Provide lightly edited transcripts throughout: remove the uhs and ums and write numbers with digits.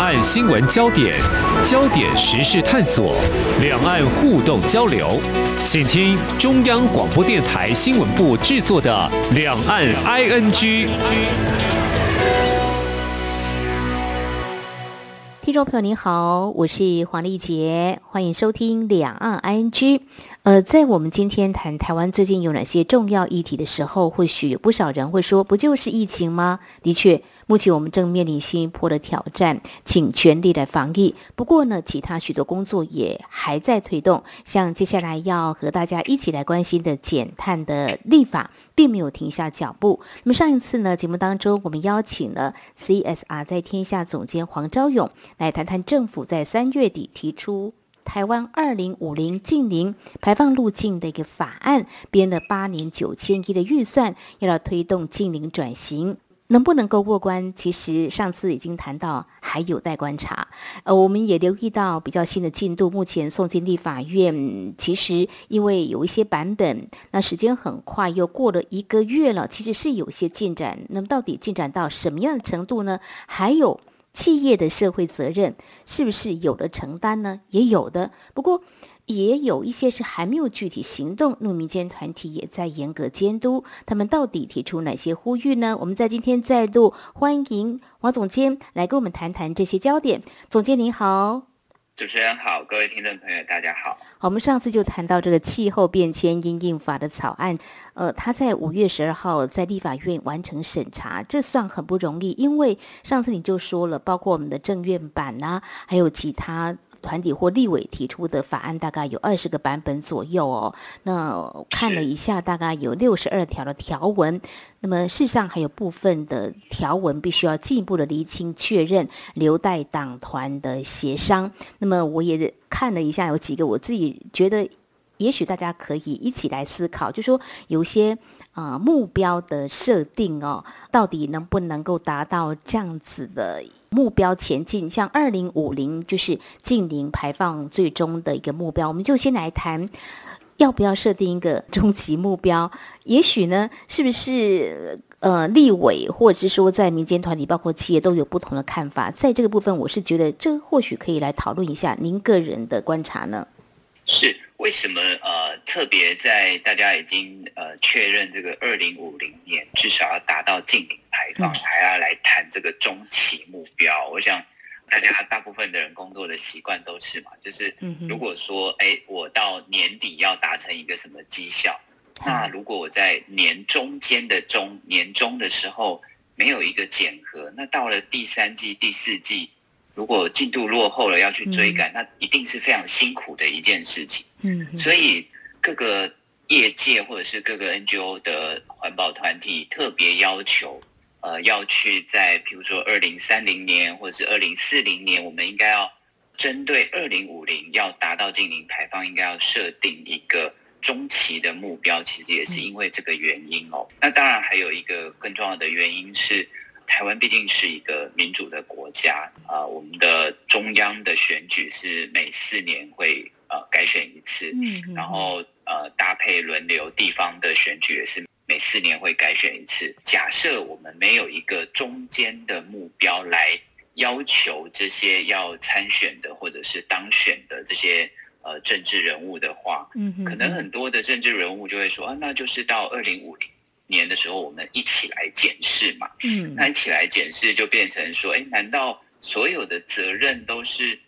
岸新闻焦点，焦点时事探索，两岸互动交流，请听中央广播电台新闻部制作的《两岸 ING》。 听众朋友您好，我是黄丽杰，欢迎收听两岸 ING。在我们今天谈台湾最近有哪些重要议题的时候，或许有不少人会说，不就是疫情吗？的确，目前我们正面临新一波的挑战，请全力来防疫。不过呢，其他许多工作也还在推动，像接下来要和大家一起来关心的减碳的立法，并没有停下脚步。那么上一次呢，节目当中我们邀请了 CSR 在天下总监黄昭勇来谈谈政府在3月底提出台湾2050净零排放路径的一个法案，编了8年9000亿的预算，要推动净零转型。能不能够过关？其实上次已经谈到，还有待观察。我们也留意到比较新的进度，目前送进立法院，其实因为有一些版本，那时间很快，又过了1个月了，其实是有些进展。那么到底进展到什么样的程度呢？还有企业的社会责任是不是有的承担呢？也有的，不过也有一些是还没有具体行动，那么民间团体也在严格监督，他们到底提出哪些呼吁呢？我们在今天再度欢迎黄总监来跟我们谈谈这些焦点。总监您好。 主持人好，各位听众朋友大家好。 我们上次就谈到这个气候变迁因应法的草案，它在5月12号在立法院完成审查，这算很不容易，因为上次你就说了，包括我们的政院版啊，还有其他团体或立委提出的法案，大概有20个版本左右哦。那看了一下，大概有62条的条文。那么事实上还有部分的条文必须要进一步的厘清确认，留待党团的协商。那么我也看了一下，有几个我自己觉得也许大家可以一起来思考，就说有些目标的设定哦，到底能不能够达到这样子的目标前进？像2050就是净零排放最终的一个目标，我们就先来谈要不要设定一个终极目标。也许呢，是不是立委或者是说在民间团体包括企业都有不同的看法？在这个部分我是觉得这或许可以来讨论一下您个人的观察呢。 是为什么特别在大家已经确认这个2050年至少要达到净零排放，还要来谈这个中期目标？我想大家大部分的人工作的习惯都是嘛，就是如果说我到年底要达成一个什么绩效，那如果我在年中间的年中的时候没有一个检核，那到了第3季第4季如果进度落后了要去追赶，那一定是非常辛苦的一件事情。所以各个业界或者是各个 NGO 的环保团体特别要求要去在比如说2030年或者是2040年，我们应该要针对2050要达到净零排放，应该要设定一个中期的目标，其实也是因为这个原因哦。那当然还有一个更重要的原因是，台湾毕竟是一个民主的国家我们的中央的选举是每4年会改选一次，然后搭配轮流地方的选举也是每4年会改选一次。假设我们没有一个中间的目标来要求这些要参选的或者是当选的这些政治人物的话，可能很多的政治人物就会说那就是到2050年的时候我们一起来检视嘛。那一起来检视就变成说难道所有的责任都是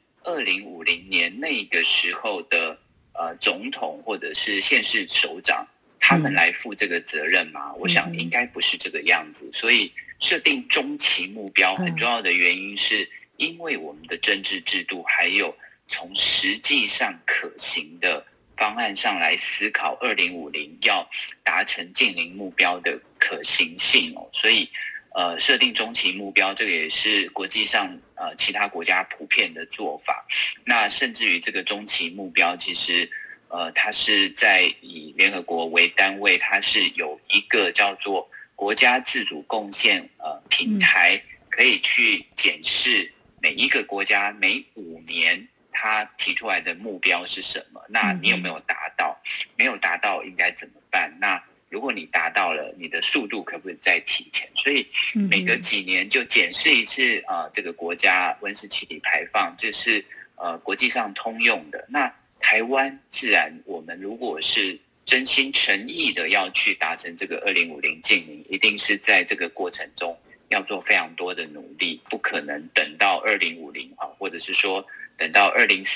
2050年那个时候的总统或者是县市首长他们来负这个责任吗？我想应该不是这个样子。所以设定中期目标很重要的原因是因为我们的政治制度还有从实际上可行的方案上来思考2050要达成净零目标的可行性所以设定中期目标，这个也是国际上其他国家普遍的做法。那甚至于这个中期目标，其实它是在以联合国为单位，它是有一个叫做国家自主贡献平台，可以去检视每一个国家每5年他提出来的目标是什么？那你有没有达到？没有达到应该怎么办？那如果你达到了，你的速度可不可以再提前？所以每隔几年就检视一次这个国家温室气体排放，这是国际上通用的。那台湾自然，我们如果是真心诚意的要去达成这个2050净零，一定是在这个过程中要做非常多的努力，不可能等到2050或者是说等到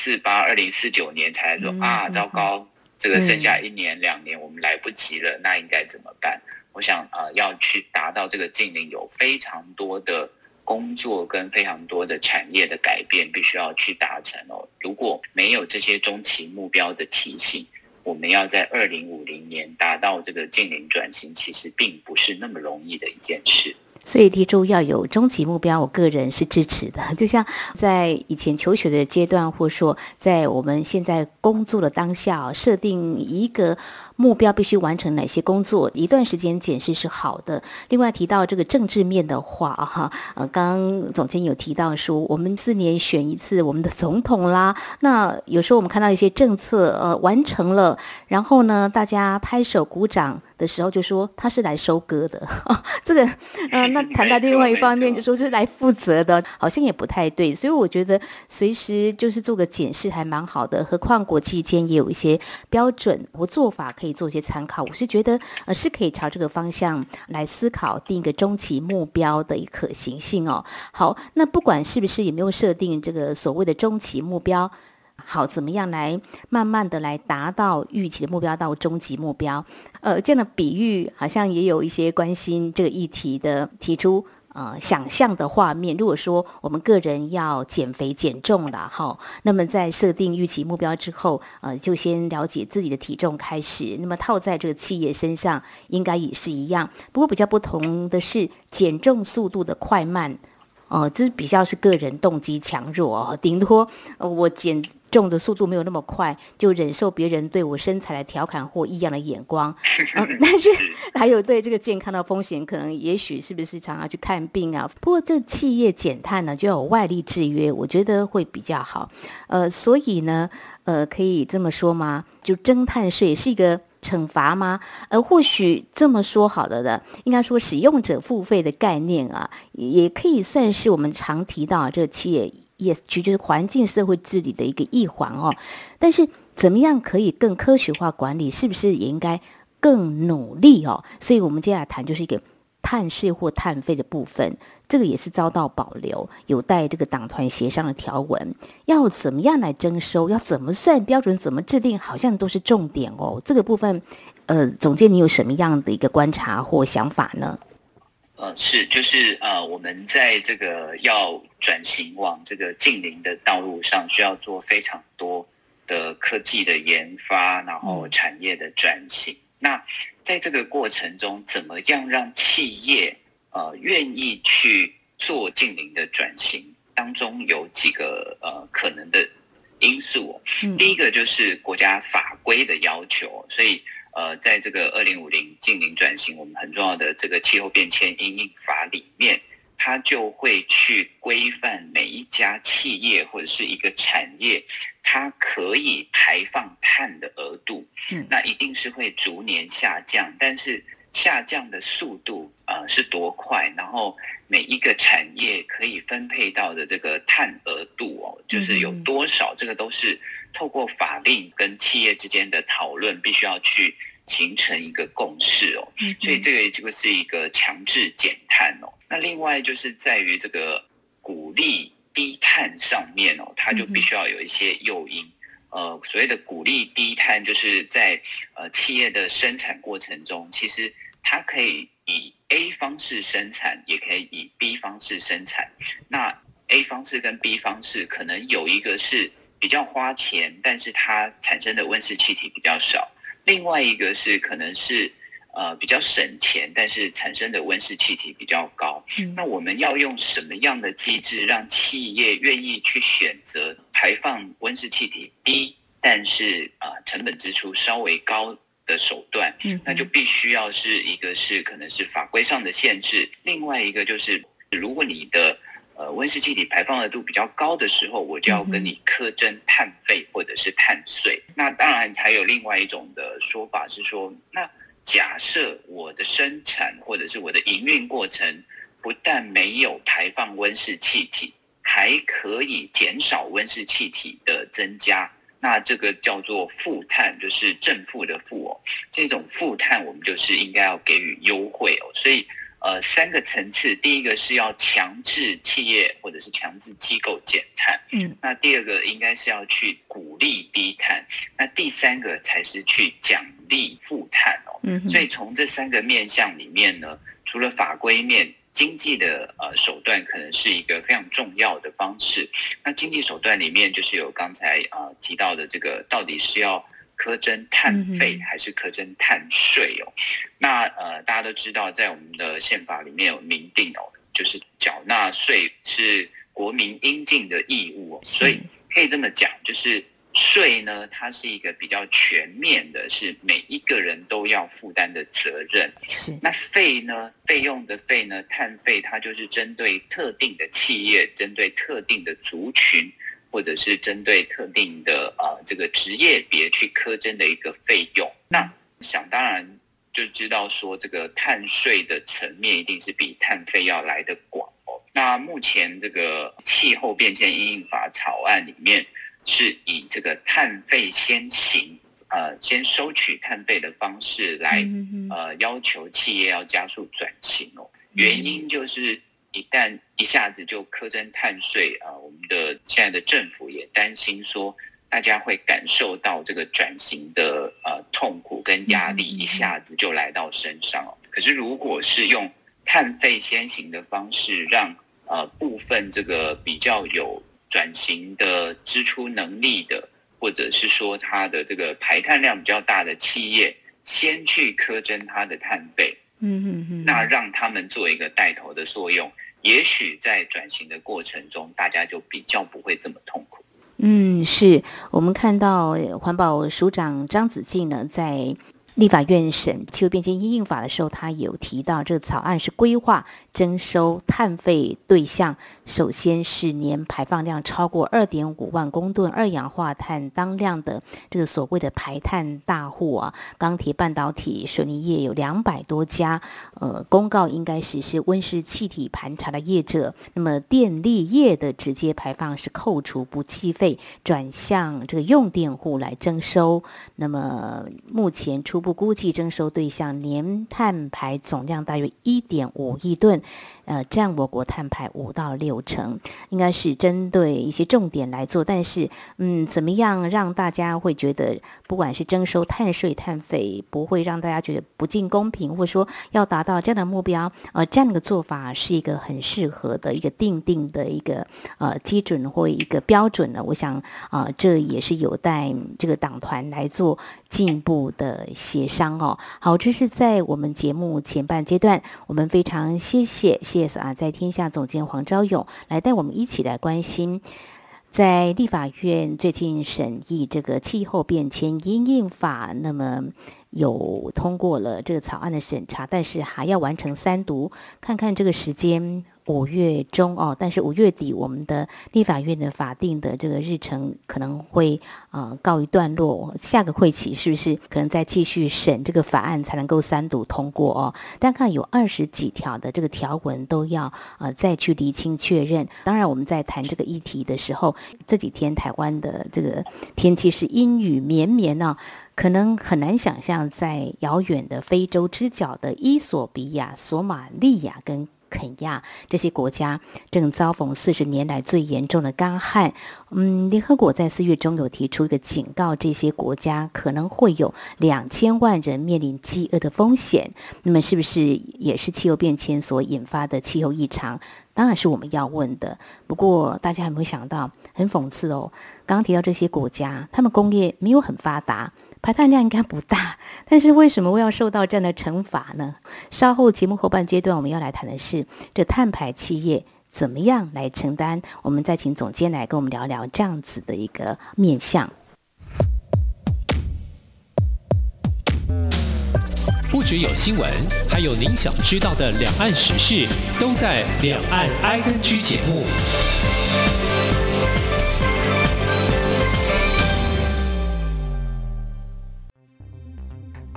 2048、2049年才说糟糕。这个剩下1年2年我们来不及了，那应该怎么办？我想要去达到这个净零，有非常多的工作跟非常多的产业的改变必须要去达成哦。如果没有这些中期目标的提醒，我们要在2050年达到这个净零转型，其实并不是那么容易的一件事。 所以提出要有终极目标，我个人是支持的。就像在以前求学的阶段，或说在我们现在工作的当下，设定一个目标必须完成哪些工作，一段时间检视是好的。另外提到这个政治面的话刚刚总监有提到说，我们4年选一次我们的总统啦。那有时候我们看到一些政策完成了，然后呢大家拍手鼓掌的时候就说他是来收割的这个那谈到另外一方面就说是来负责的，好像也不太对。所以我觉得随时就是做个检视还蛮好的，何况国际间也有一些标准或做法可以做一些参考。我是觉得是可以朝这个方向来思考，定一个中期目标的一个可行性哦。好，那不管是不是有没有设定这个所谓的中期目标，好，怎么样来慢慢的来达到预期的目标到终极目标？这样的比喻好像也有一些关心这个议题的提出想象的画面。如果说我们个人要减肥减重了那么在设定预期目标之后就先了解自己的体重开始，那么套在这个企业身上应该也是一样。不过比较不同的是减重速度的快慢这比较是个人动机强弱顶多我减重的速度没有那么快，就忍受别人对我身材的调侃或异样的眼光但是还有对这个健康的风险，可能也许是不是常常去看病啊？不过这企业减碳呢，就要有外力制约，我觉得会比较好。所以呢，可以这么说吗？就征碳税是一个惩罚吗？或许这么说好了的，应该说使用者付费的概念也可以算是我们常提到这个企业ESG 就是环境社会治理的一个一环但是怎么样可以更科学化管理，是不是也应该更努力所以我们接下来谈就是一个碳税或碳费的部分，这个也是遭到保留，有待这个党团协商的条文，要怎么样来征收，要怎么算标准，怎么制定，好像都是重点这个部分总监你有什么样的一个观察或想法呢？ 就是我们在这个要转型往这个净零的道路上，需要做非常多的科技的研发，然后产业的转型。那在这个过程中，怎么样让企业愿意去做净零的转型？当中有几个可能的因素第一个就是国家法规的要求，所以在这个2050净零转型，我们很重要的这个气候变迁因应法里面，它就会去规范每一家企业或者是一个产业，它可以排放碳的额度，那一定是会逐年下降，但是下降的速度是多快，然后每一个产业可以分配到的这个碳额度就是有多少，这个都是透过法令跟企业之间的讨论，必须要去形成一个共识所以这个是一个强制减碳那另外就是在于这个鼓励低碳上面它就必须要有一些诱因。所谓的鼓励低碳，就是在企业的生产过程中，其实它可以以 A 方式生产，也可以以 B 方式生产。那 A 方式跟 B 方式可能有一个是比较花钱，但是它产生的温室气体比较少；另外一个是可能是比较省钱，但是产生的温室气体比较高。那我们要用什么样的机制让企业愿意去选择排放温室气体低，但是成本支出稍微高的手段？那就必须要是一个是可能是法规上的限制，另外一个就是如果你的温室气体排放额度比较高的时候，我就要跟你课征碳费或者是碳税。那当然还有另外一种的说法是说，那假设我的生产或者是我的营运过程不但没有排放温室气体，还可以减少温室气体的增加，那这个叫做负碳，就是正负的负哦。这种负碳我们就是应该要给予优惠哦。所以3个层次，第一个是要强制企业或者是强制机构减碳，那第二个应该是要去鼓励低碳，那第3个才是去奖励负碳哦。所以从这3个面向里面呢，除了法规面，经济的手段可能是一个非常重要的方式。那经济手段里面就是有刚才提到的这个，到底是要苛征碳费还是苛征碳税哦？那大家都知道，在我们的宪法里面有明定哦，就是缴纳税是国民应尽的义务哦，所以可以这么讲，就是税呢，它是一个比较全面的，是每一个人都要负担的责任。那费呢，费用的费呢，碳费它就是针对特定的企业，针对特定的族群，或者是针对特定的这个职业别去苛征的一个费用。那想当然就知道说，这个碳税的层面一定是比碳费要来得广哦。那目前这个气候变迁因应法草案里面，是以这个碳费先行，先收取碳费的方式来要求企业要加速转型哦。原因就是一旦一下子就苛征碳税我们的现在的政府也担心说，大家会感受到这个转型的痛苦跟压力一下子就来到身上哦。可是如果是用碳费先行的方式，让部分这个比较有转型的支出能力的，或者是说它的这个排碳量比较大的企业，先去苛征它的碳费，那让他们做一个带头的作用，也许在转型的过程中，大家就比较不会这么痛苦。 是我们看到环保署长张子静呢，在立法院审气候变迁因应法的时候，他有提到这个草案是规划征收碳费对象，首先是年排放量超过 2.5 万公吨二氧化碳当量的这个所谓的排碳大户啊，钢铁、半导体、水泥业有200多家，公告应该实施温室气体盘查的业者。那么电力业的直接排放是扣除不计费，转向这个用电户来征收。那么目前初步估计征收对象年碳排总量大约 1.5 亿吨，占我国碳排5到6成，应该是针对一些重点来做。但是怎么样让大家会觉得不管是征收碳税碳费不会让大家觉得不尽公平，或者说要达到这样的目标，这样的做法是一个很适合的一个定的一个基准或一个标准呢？我想这也是有待这个党团来做进一步的协商哦。好，这是在我们节目前半阶段，我们非常谢谢 CSR 在天下总监黄昭勇来带我们一起来关心在立法院最近审议这个气候变迁因应法，那么有通过了这个草案的审查，但是还要完成3读，看看这个时间5月中哦，但是5月底我们的立法院的法定的这个日程可能会告一段落，下个会期是不是可能再继续审这个法案才能够3读通过哦？但看有20几条的这个条文都要再去厘清确认。当然我们在谈这个议题的时候，这几天台湾的这个天气是阴雨绵绵哦，可能很难想象在遥远的非洲之角的伊索比亚、索马利亚跟肯亚这些国家正遭逢40年来最严重的干旱。联合国在4月中有提出一个警告，这些国家可能会有2000万人面临饥饿的风险。那么是不是也是气候变迁所引发的气候异常？当然是我们要问的。不过大家有没有想到，很讽刺哦，刚刚提到这些国家，他们工业没有很发达，排碳量应该不大，但是为什么会要受到这样的惩罚呢？稍后节目后半阶段我们要来谈的是这碳排企业怎么样来承担，我们再请总监来跟我们聊聊这样子的一个面向。 不只有新闻，还有您想知道的两岸时事，都在两岸 ING 节目。 大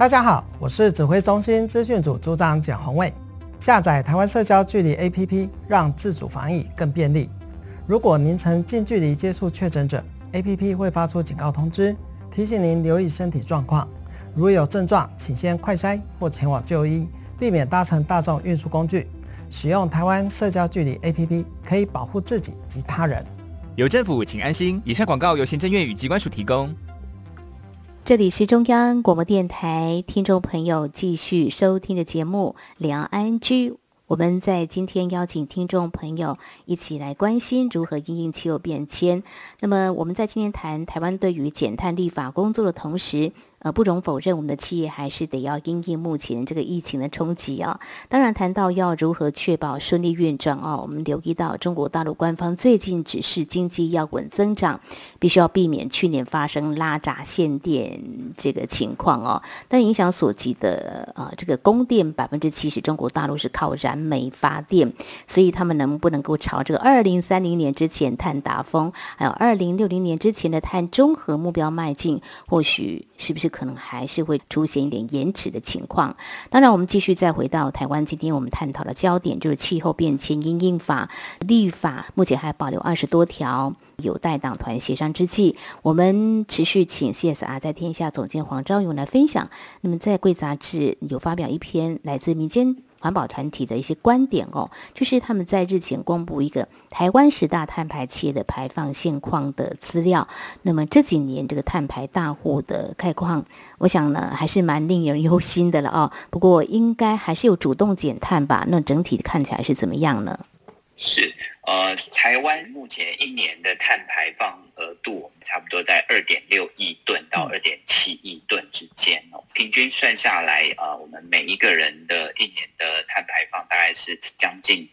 大家好，我是指挥中心资讯组组长简宏伟。下载台湾社交距离 APP， 让自主防疫更便利。如果您曾近距离接触确诊者， APP 会发出警告通知，提醒您留意身体状况。如有症状，请先快筛或前往就医，避免搭乘大众运输工具。使用台湾社交距离 APP 可以保护自己及他人。 有政府，请安心。以上广告由行政院与机关署提供。 这里是中央广播电台，听众朋友继续收听的节目《两岸安居》。我们在今天邀请听众朋友一起来关心如何因应气候变迁。那么我们在今天谈台湾对于减碳立法工作的同时，不容否认，我们的企业还是得要因应目前这个疫情的冲击啊。当然，谈到要如何确保顺利运转啊，我们留意到中国大陆官方最近指示经济要稳增长，必须要避免去年发生拉闸限电这个情况哦。但影响所及的这个供电70%，中国大陆是靠燃煤发电，所以他们能不能够朝这个2030年之前碳达峰，还有2060年之前的碳中和目标迈进，或许是不是可能还是会出现一点延迟的情况。当然我们继续再回到台湾，今天我们探讨的焦点就是气候变迁因应法立法，目前还保留20多条，有待党团协商之际，我们持续请 CSR 在天下总监黄昭勇来分享。那么在贵杂志有发表一篇来自民间环保团体的一些观点哦，就是他们在日前公布一个台湾10大碳排企业的排放现况的资料。那么这几年这个碳排大户的概况，我想呢还是蛮令人忧心的了哦。不过应该还是有主动减碳吧？那整体看起来是怎么样呢？ 是，台湾目前一年的碳排放额度，我们差不多在2.6亿吨到2.7亿吨之间哦。平均算下来，我们每一个人的一年的碳排放大概是将近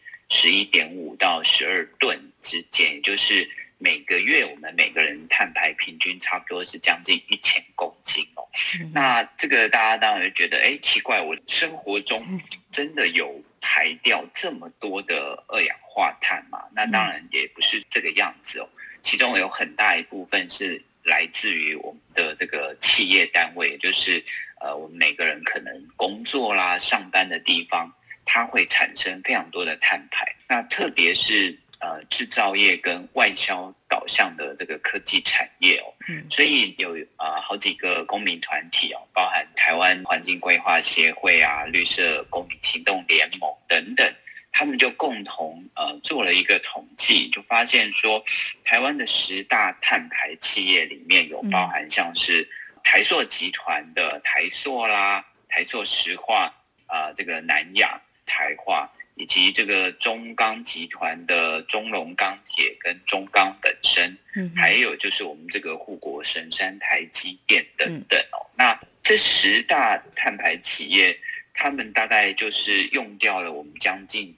11.5到12吨之间，也就是每个月我们每个人碳排平均差不多是将近1000公斤哦。那这个大家当然会觉得，奇怪，我生活中真的有排掉这么多的二氧化碳嘛？那当然也不是这个样子哦。其中有很大一部分是来自于我们的这个企业单位，就是我们每个人可能工作啦、上班的地方，它会产生非常多的碳排。那特别是制造业跟外销导向的这个科技产业哦，所以有好几个公民团体哦，包含台湾环境规划协会啊、绿色公民行动联盟等等，他们就共同做了一个统计，就发现说，台湾的10大碳排企业里面有包含像是台塑集团的台塑啦、台塑石化这个南亚台化，以及这个中钢集团的中龙钢铁跟中钢本身，还有就是我们这个护国神山台积电等等哦。那这10大碳排企业，他们大概就是用掉了我们将近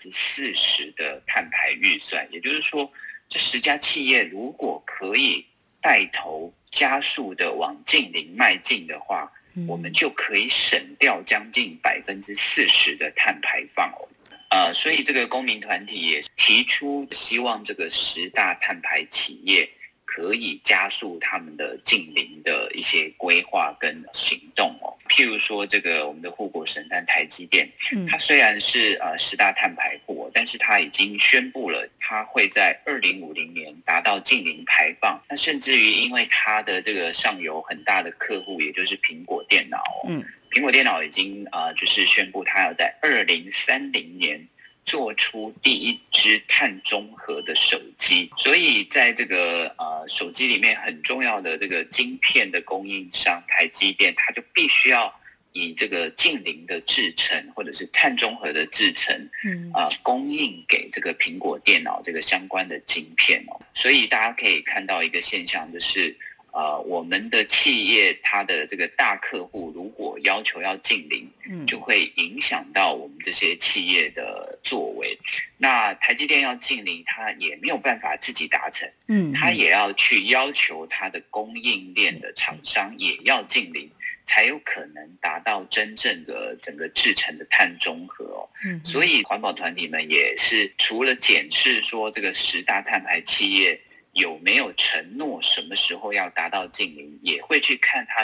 40%的碳排预算，也就是说，这10家企业如果可以带头加速的往净零迈进的话，我们就可以省掉将近40%的碳排放哦。所以这个公民团体也提出希望这个10大碳排企业可以加速他们的净零的一些规划跟行动哦。譬如说这个我们的护国神山台积电，它虽然是10大碳排户，但是它已经宣布了它会在2050年达到净零排放。那甚至于因为它的这个上游很大的客户，也就是苹果电脑苹果电脑已经就是宣布它要在2030年做出第一支碳中和的手机，所以在这个手机里面很重要的这个晶片的供应商台积电，它就必须要以这个净零的制程或者是碳中和的制程，供应给这个苹果电脑这个相关的晶片哦。所以大家可以看到一个现象，就是我们的企业它的这个大客户如果要求要净零，就会影响到我们这些企业的作为。那台积电要净零，它也没有办法自己达成，它也要去要求它的供应链的厂商也要净零，才有可能达到真正的整个制程的碳中和哦。所以环保团体们也是除了检视说这个10大碳排企业有没有承诺什么时候要达到净零，也会去看他们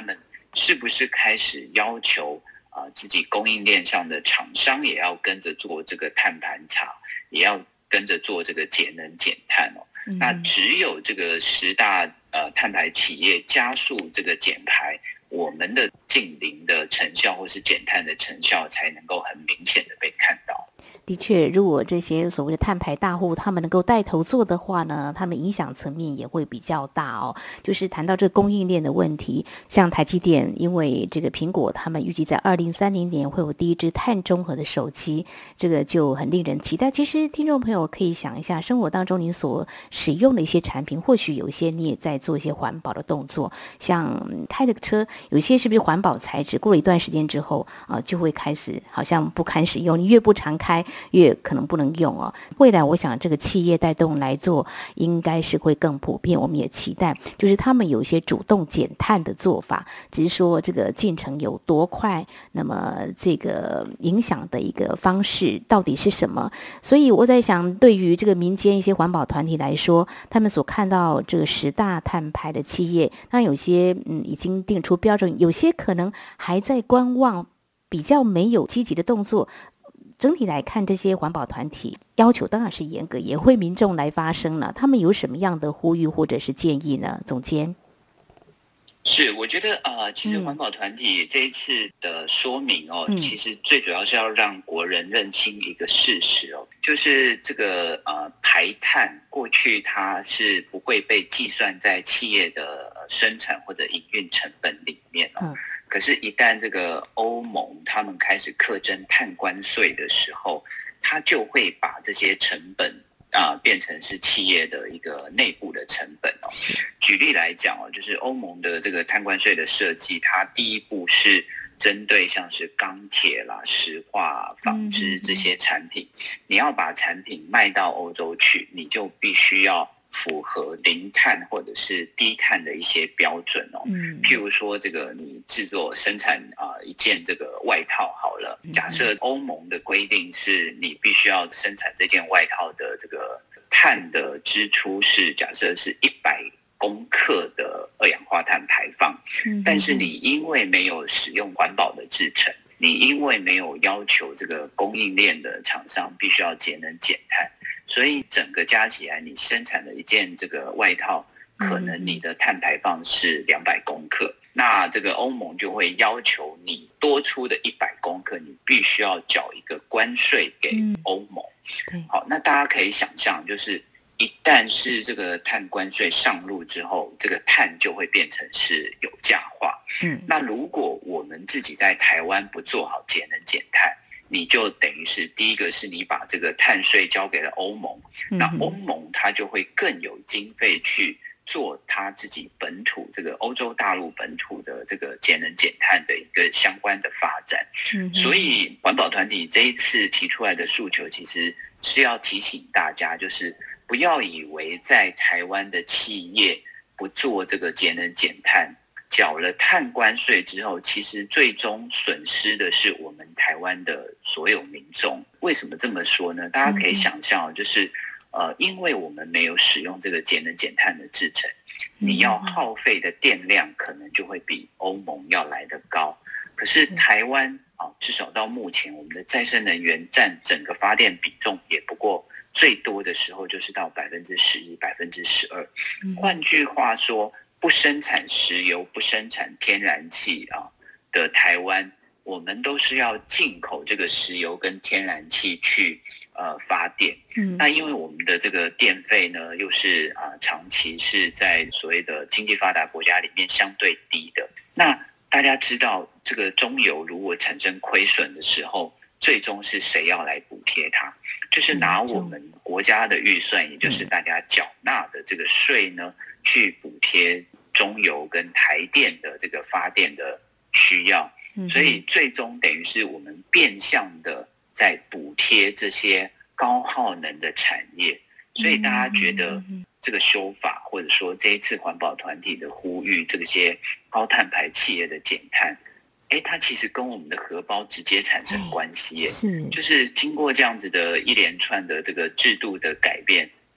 是不是开始要求自己供应链上的厂商也要跟着做这个碳盘查，也要跟着做这个节能减碳哦。那只有这个10大碳排企业加速这个减排，我们的净零的成效或是减碳的成效才能够很明显的被看到。 的确，如果这些所谓的碳排大户他们能够带头做的话呢，他们影响层面也会比较大哦。就是谈到这个供应链的问题，像台积电，因为这个苹果他们预计在2030年会有第一支碳中和的手机，这个就很令人期待。其实听众朋友可以想一下，生活当中你所使用的一些产品，或许有一些你也在做一些环保的动作，像开的车，有一些是不是环保材质，过了一段时间之后就会开始好像不堪使用，你越不常开越可能不能用哦。未来我想这个企业带动来做应该是会更普遍，我们也期待就是他们有一些主动减碳的做法，只是说这个进程有多快，那么这个影响的一个方式到底是什么。所以我在想，对于这个民间一些环保团体来说，他们所看到这个10大碳排的企业，那有些已经定出标准，有些可能还在观望，比较没有积极的动作。整体来看，这些环保团体要求当然是严格，也会民众来发声了。他们有什么样的呼吁或者是建议呢？总监？ 是，我觉得其实环保团体这一次的说明其实最主要是要让国人认清一个事实就是这个排碳过去它是不会被计算在企业的生产或者营运成本里面可是，一旦这个欧盟他们开始课征碳关税的时候，它就会把这些成本变成是企业的一个内部的成本举例来讲就是欧盟的这个碳关税的设计，它第一步是针对像是钢铁啦、石化、纺织这些产品，你要把产品卖到欧洲去，你就必须要符合零碳或者是低碳的一些标准譬如说这个你制作生产一件这个外套好了，假设欧盟的规定是你必须要生产这件外套的这个碳的支出是假设是100公克的二氧化碳排放，但是你因为没有使用环保的制成，你因为没有要求这个供应链的厂商必须要节能减碳，所以整个加起来你生产的一件这个外套，可能你的碳排放是200公克，那这个欧盟就会要求你多出的100公克，你必须要缴一个关税给欧盟。好，那大家可以想象，就是一旦是这个碳关税上路之后，这个碳就会变成是有价化。那如果我们自己在台湾不做好节能减碳，你就等于是第一个是你把这个碳税交给了欧盟，那欧盟它就会更有经费去做它自己本土这个欧洲大陆本土的这个节能减碳的一个相关的发展。所以环保团体这一次提出来的诉求，其实是要提醒大家，就是不要以为在台湾的企业不做这个节能减碳，缴了碳关税之后，其实最终损失的是我们台湾的所有民众。为什么这么说呢？大家可以想象，就是因为我们没有使用这个节能减碳的制程，你要耗费的电量可能就会比欧盟要来得高。可是台湾至少到目前，我们的再生能源占整个发电比重也不过最多的时候就是到11%、12%。换句话说，不生产石油、不生产天然气的台湾，我们都是要进口这个石油跟天然气去发电。那因为我们的这个电费呢，又是长期是在所谓的经济发达国家里面相对低的。那大家知道，这个中油如果产生亏损的时候，最终是谁要来补贴它？就是拿我们国家的预算，也就是大家缴纳的这个税呢，去补贴中油跟台电的这个发电的需要。所以最终等于是我们变相的在补贴这些高耗能的产业。所以大家觉得这个修法，或者说这一次环保团体的呼吁，这些高碳排企业的减碳，它其实跟我们的荷包直接产生关系。就是经过这样子的一连串的这个制度的改变，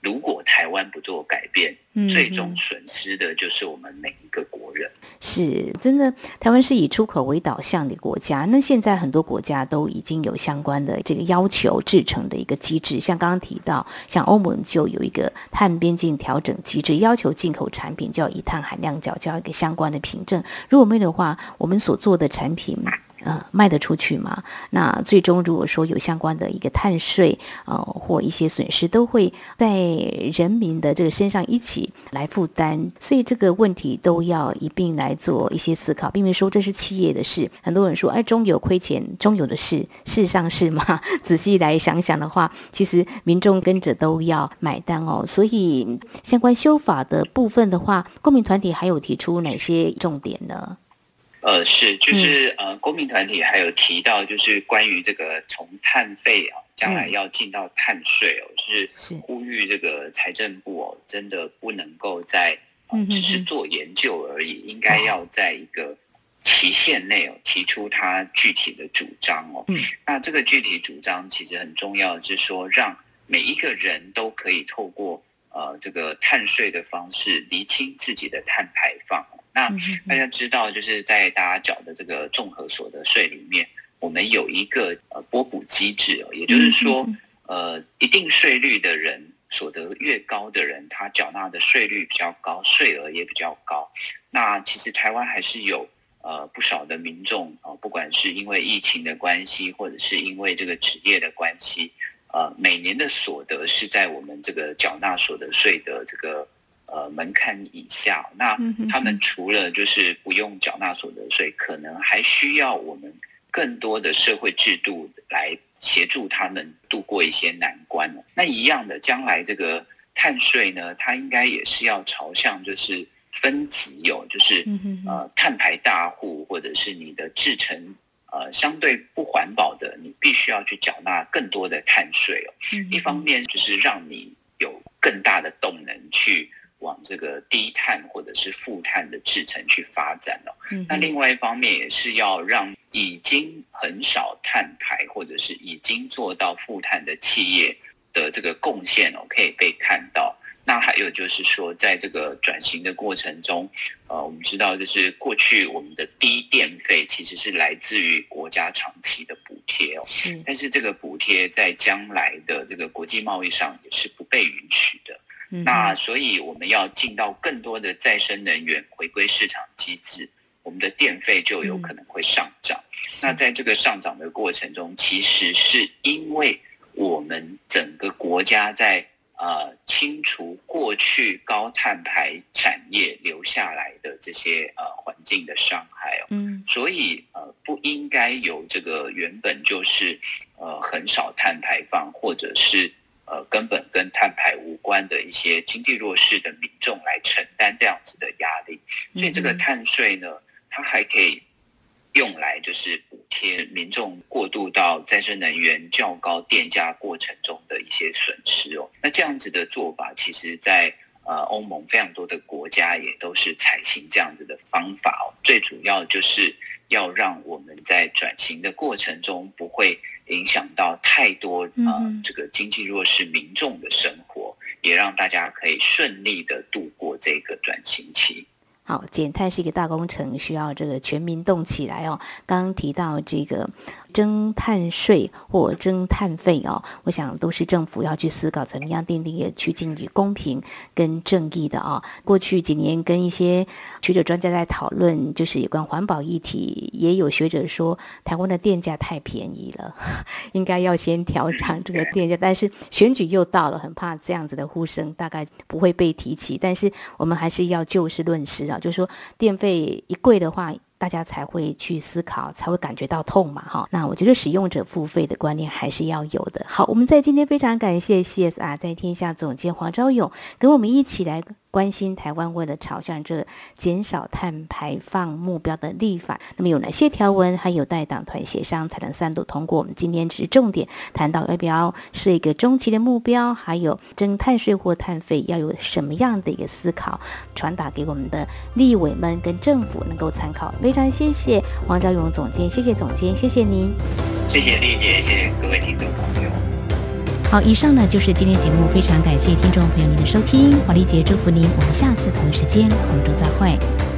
如果台湾不做改变，最终损失的就是我们每一个国人。 是真的，台湾是以出口为导向的国家，那现在很多国家都已经有相关的这个要求制成的一个机制，像刚刚提到，像欧盟就有一个碳边境调整机制，要求进口产品就要以碳含量缴交一个相关的凭证，如果没有的话，我们所做的产品卖得出去吗？那最终如果说有相关的一个碳税或一些损失，都会在人民的这个身上一起来负担，所以这个问题都要一并来做一些思考，并不是说这是企业的事。很多人说中油亏钱，中油的事，事实上是吗？仔细来想想的话，其实民众跟着都要买单哦。所以相关修法的部分的话，公民团体还有提出哪些重点呢？ 是，就是公民团体还有提到，就是关于这个从碳费将来要进到碳税就是呼吁这个财政部真的不能够再只是做研究而已，应该要在一个期限内提出它具体的主张那这个具体主张其实很重要，就是说让每一个人都可以透过这个碳税的方式厘清自己的碳排放。那大家知道，就是在大家缴的这个综合所得税里面，我们有一个拨补机制也就是说，一定税率的人，所得越高的人，他缴纳的税率比较高，税额也比较高。那其实台湾还是有不少的民众不管是因为疫情的关系，或者是因为这个职业的关系，每年的所得是在我们这个缴纳所得税的这个门槛以下。那他们除了就是不用缴纳所得税，可能还需要我们更多的社会制度来协助他们度过一些难关。那一样的，将来这个碳税呢，它应该也是要朝向就是分级就是碳排大户，或者是你的制成相对不环保的，你必须要去缴纳更多的碳税一方面就是让你有更大的动能去往这个低碳或者是负碳的制程去发展那另外一方面也是要让已经很少碳排或者是已经做到负碳的企业的这个贡献可以被看到。那还有就是说，在这个转型的过程中，我们知道就是过去我们的低电费其实是来自于国家长期的补贴但是这个补贴在将来的这个国际贸易上也是不被允许的。那所以我们要进到更多的再生能源回归市场机制，我们的电费就有可能会上涨。那在这个上涨的过程中，其实是因为我们整个国家在清除过去高碳排产业留下来的这些环境的伤害所以不应该由这个原本就是很少碳排放或者是根本跟碳排无关的一些经济弱势的民众来承担这样子的压力。所以这个碳税呢，它还可以用来就是补贴民众过渡到再生能源较高电价过程中的一些损失那这样子的做法，其实在欧盟非常多的国家也都是采行这样子的方法最主要就是要让我们在转型的过程中不会影响到太多这个经济弱势民众的生活，也让大家可以顺利的度过这个转型期。 好，减碳是一个大工程，需要这个全民动起来刚刚提到这个征碳税或征碳费我想都是政府要去思考怎么样订定也趋近于公平跟正义的过去几年跟一些学者专家在讨论，就是有关环保议题，也有学者说台湾的电价太便宜了，应该要先调涨这个电价，但是选举又到了，很怕这样子的呼声大概不会被提起，但是我们还是要就事论事就是说电费一贵的话，大家才会去思考，才会感觉到痛嘛那我觉得使用者付费的观念还是要有的。好，我们在今天非常感谢 CSR 在天下总监黄昭勇跟我们一起来关心台湾为了朝向这减少碳排放目标的立法，那么有哪些条文还有待党团协商才能3读通过。我们今天只是重点谈到要不要是一个中期的目标，还有征碳税或碳费要有什么样的一个思考，传达给我们的立委们跟政府能够参考。非常谢谢黄昭勇总监，谢谢总监，谢谢您， 谢谢丽姐，谢谢各位听众朋友。 好，以上呢就是今天节目，非常感谢听众朋友您的收听，黄丽姐祝福您，我们下次同一时间空中再会。